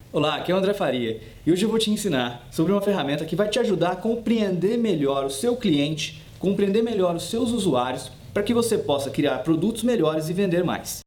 Olá, aqui é o André Faria e hoje eu vou te ensinar sobre uma ferramenta que vai te ajudar a compreender melhor o seu cliente, compreender melhor os seus usuários, para que você possa criar produtos melhores e vender mais.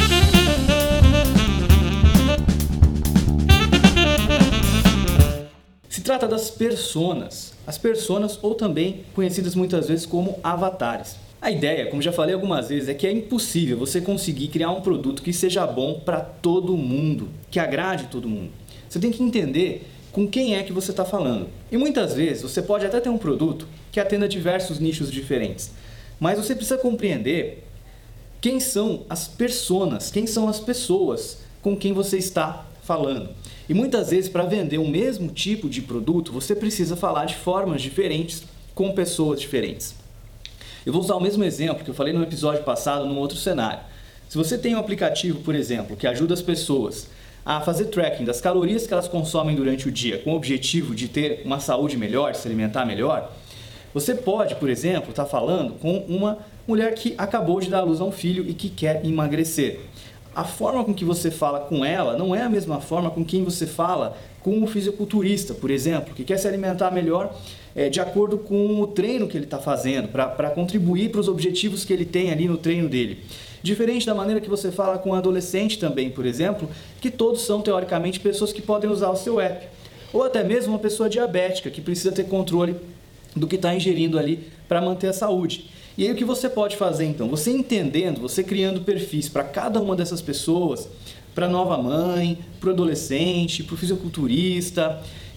Se trata das personas, as personas ou também conhecidas muitas vezes como avatares. A ideia, como já falei algumas vezes, é que é impossível você conseguir criar um produto que seja bom para todo mundo, que agrade todo mundo. Você tem que entender com quem é que você está falando. E muitas vezes você pode até ter um produto que atenda diversos nichos diferentes, mas você precisa compreender quem são as personas, quem são as pessoas com quem você está falando. E muitas vezes, para vender o mesmo tipo de produto, você precisa falar de formas diferentes com pessoas diferentes. Eu vou usar o mesmo exemplo que eu falei no episódio passado, num outro cenário. Se você tem um aplicativo, por exemplo, que ajuda as pessoas a fazer tracking das calorias que elas consomem durante o dia, com o objetivo de ter uma saúde melhor, se alimentar melhor, você pode, por exemplo, estar falando com uma mulher que acabou de dar à luz a um filho e que quer emagrecer. A forma com que você fala com ela não é a mesma forma com quem você fala com um fisiculturista, por exemplo, que quer se alimentar melhor de acordo com o treino que ele está fazendo, para contribuir para os objetivos que ele tem ali no treino dele. Diferente da maneira que você fala com um adolescente também, por exemplo, que todos são, teoricamente, pessoas que podem usar o seu app. Ou até mesmo uma pessoa diabética, que precisa ter controle do que está ingerindo ali para manter a saúde. E aí o que você pode fazer então? Você entendendo, você criando perfis para cada uma dessas pessoas, para a nova mãe, para o adolescente, para o fisiculturista,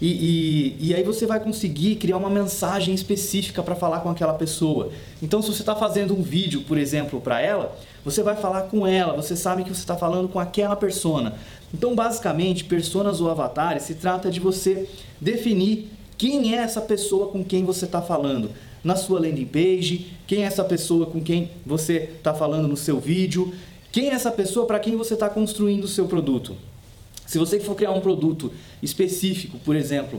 e aí você vai conseguir criar uma mensagem específica para falar com aquela pessoa. Então, se você está fazendo um vídeo, por exemplo, para ela, você vai falar com ela, você sabe que você está falando com aquela persona. Então, basicamente, personas ou avatares, se trata de você definir quem é essa pessoa com quem você está falando na sua landing page, quem é essa pessoa com quem você está falando no seu vídeo, quem é essa pessoa para quem você está construindo o seu produto. Se você for criar um produto específico, por exemplo,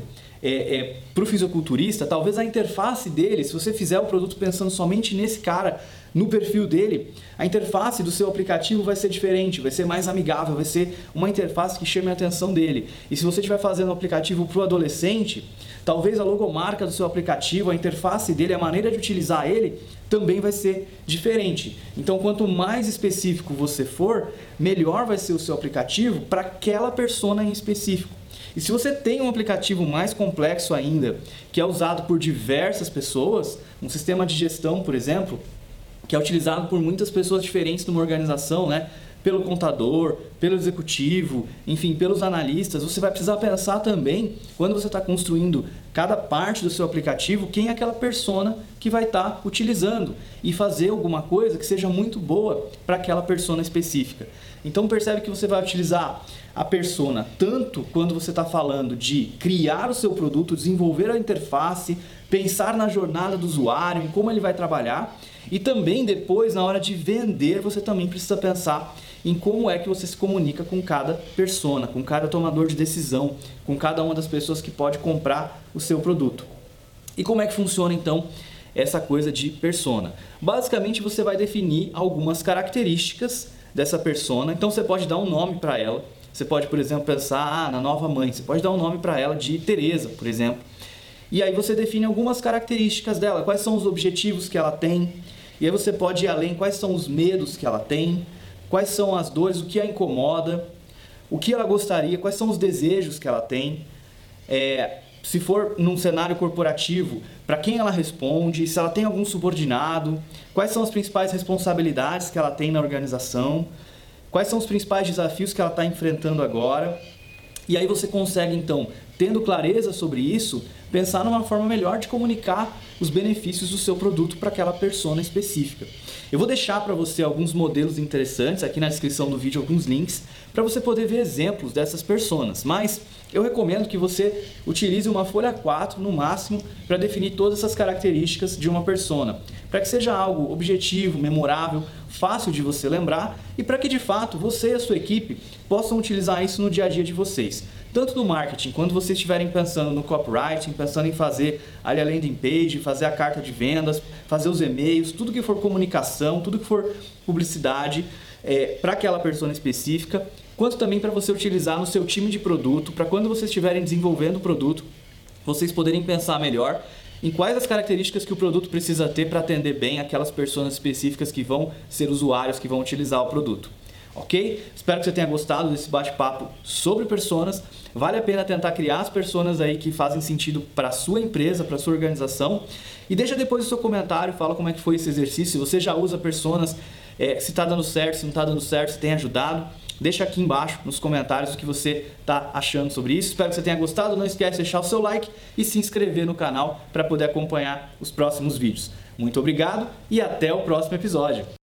para o fisiculturista, talvez a interface dele, se você fizer o produto pensando somente nesse cara, no perfil dele, a interface do seu aplicativo vai ser diferente, vai ser mais amigável, vai ser uma interface que chame a atenção dele. E se você estiver fazendo um aplicativo para o adolescente, talvez a logomarca do seu aplicativo, a interface dele, a maneira de utilizar ele, também vai ser diferente. Então, quanto mais específico você for, melhor vai ser o seu aplicativo para aquela persona em específico. E se você tem um aplicativo mais complexo ainda, que é usado por diversas pessoas, um sistema de gestão, por exemplo, que é utilizado por muitas pessoas diferentes numa organização, né? Pelo contador, pelo executivo, enfim, pelos analistas, você vai precisar pensar também, quando você está construindo cada parte do seu aplicativo, quem é aquela persona que vai estar utilizando e fazer alguma coisa que seja muito boa para aquela persona específica. Então percebe que você vai utilizar a persona tanto quando você está falando de criar o seu produto, desenvolver a interface, pensar na jornada do usuário, em como ele vai trabalhar, e também depois, na hora de vender, você também precisa pensar em como é que você se comunica com cada persona, com cada tomador de decisão, com cada uma das pessoas que pode comprar o seu produto. E como é que funciona então essa coisa de persona? Basicamente você vai definir algumas características dessa persona, então você pode dar um nome para ela, você pode, por exemplo, pensar na nova mãe, você pode dar um nome para ela de Teresa, por exemplo. E aí você define algumas características dela, quais são os objetivos que ela tem, e aí você pode ir além, quais são os medos que ela tem, quais são as dores, o que a incomoda, o que ela gostaria, quais são os desejos que ela tem, se for num cenário corporativo, para quem ela responde, se ela tem algum subordinado, quais são as principais responsabilidades que ela tem na organização, quais são os principais desafios que ela está enfrentando agora. E aí você consegue, então, tendo clareza sobre isso, pensar numa forma melhor de comunicar os benefícios do seu produto para aquela persona específica. Eu vou deixar para você alguns modelos interessantes aqui na descrição do vídeo, alguns links, para você poder ver exemplos dessas personas. Mas eu recomendo que você utilize uma folha 4 no máximo para definir todas essas características de uma persona, para que seja algo objetivo, memorável, fácil de você lembrar e para que de fato você e a sua equipe possam utilizar isso no dia a dia de vocês. Tanto no marketing, quando vocês estiverem pensando no copywriting, pensando em fazer ali a landing page, fazer a carta de vendas, fazer os e-mails, tudo que for comunicação, tudo que for publicidade para aquela persona específica, quanto também para você utilizar no seu time de produto, para quando vocês estiverem desenvolvendo o produto, vocês poderem pensar melhor em quais as características que o produto precisa ter para atender bem aquelas pessoas específicas que vão ser usuários, que vão utilizar o produto. Ok? Espero que você tenha gostado desse bate-papo sobre personas. Vale a pena tentar criar as personas aí que fazem sentido para a sua empresa, para a sua organização. E deixa depois o seu comentário, fala como é que foi esse exercício. Se você já usa personas, se está dando certo, se não está dando certo, se tem ajudado. Deixa aqui embaixo nos comentários o que você está achando sobre isso. Espero que você tenha gostado. Não esquece de deixar o seu like e se inscrever no canal para poder acompanhar os próximos vídeos. Muito obrigado e até o próximo episódio.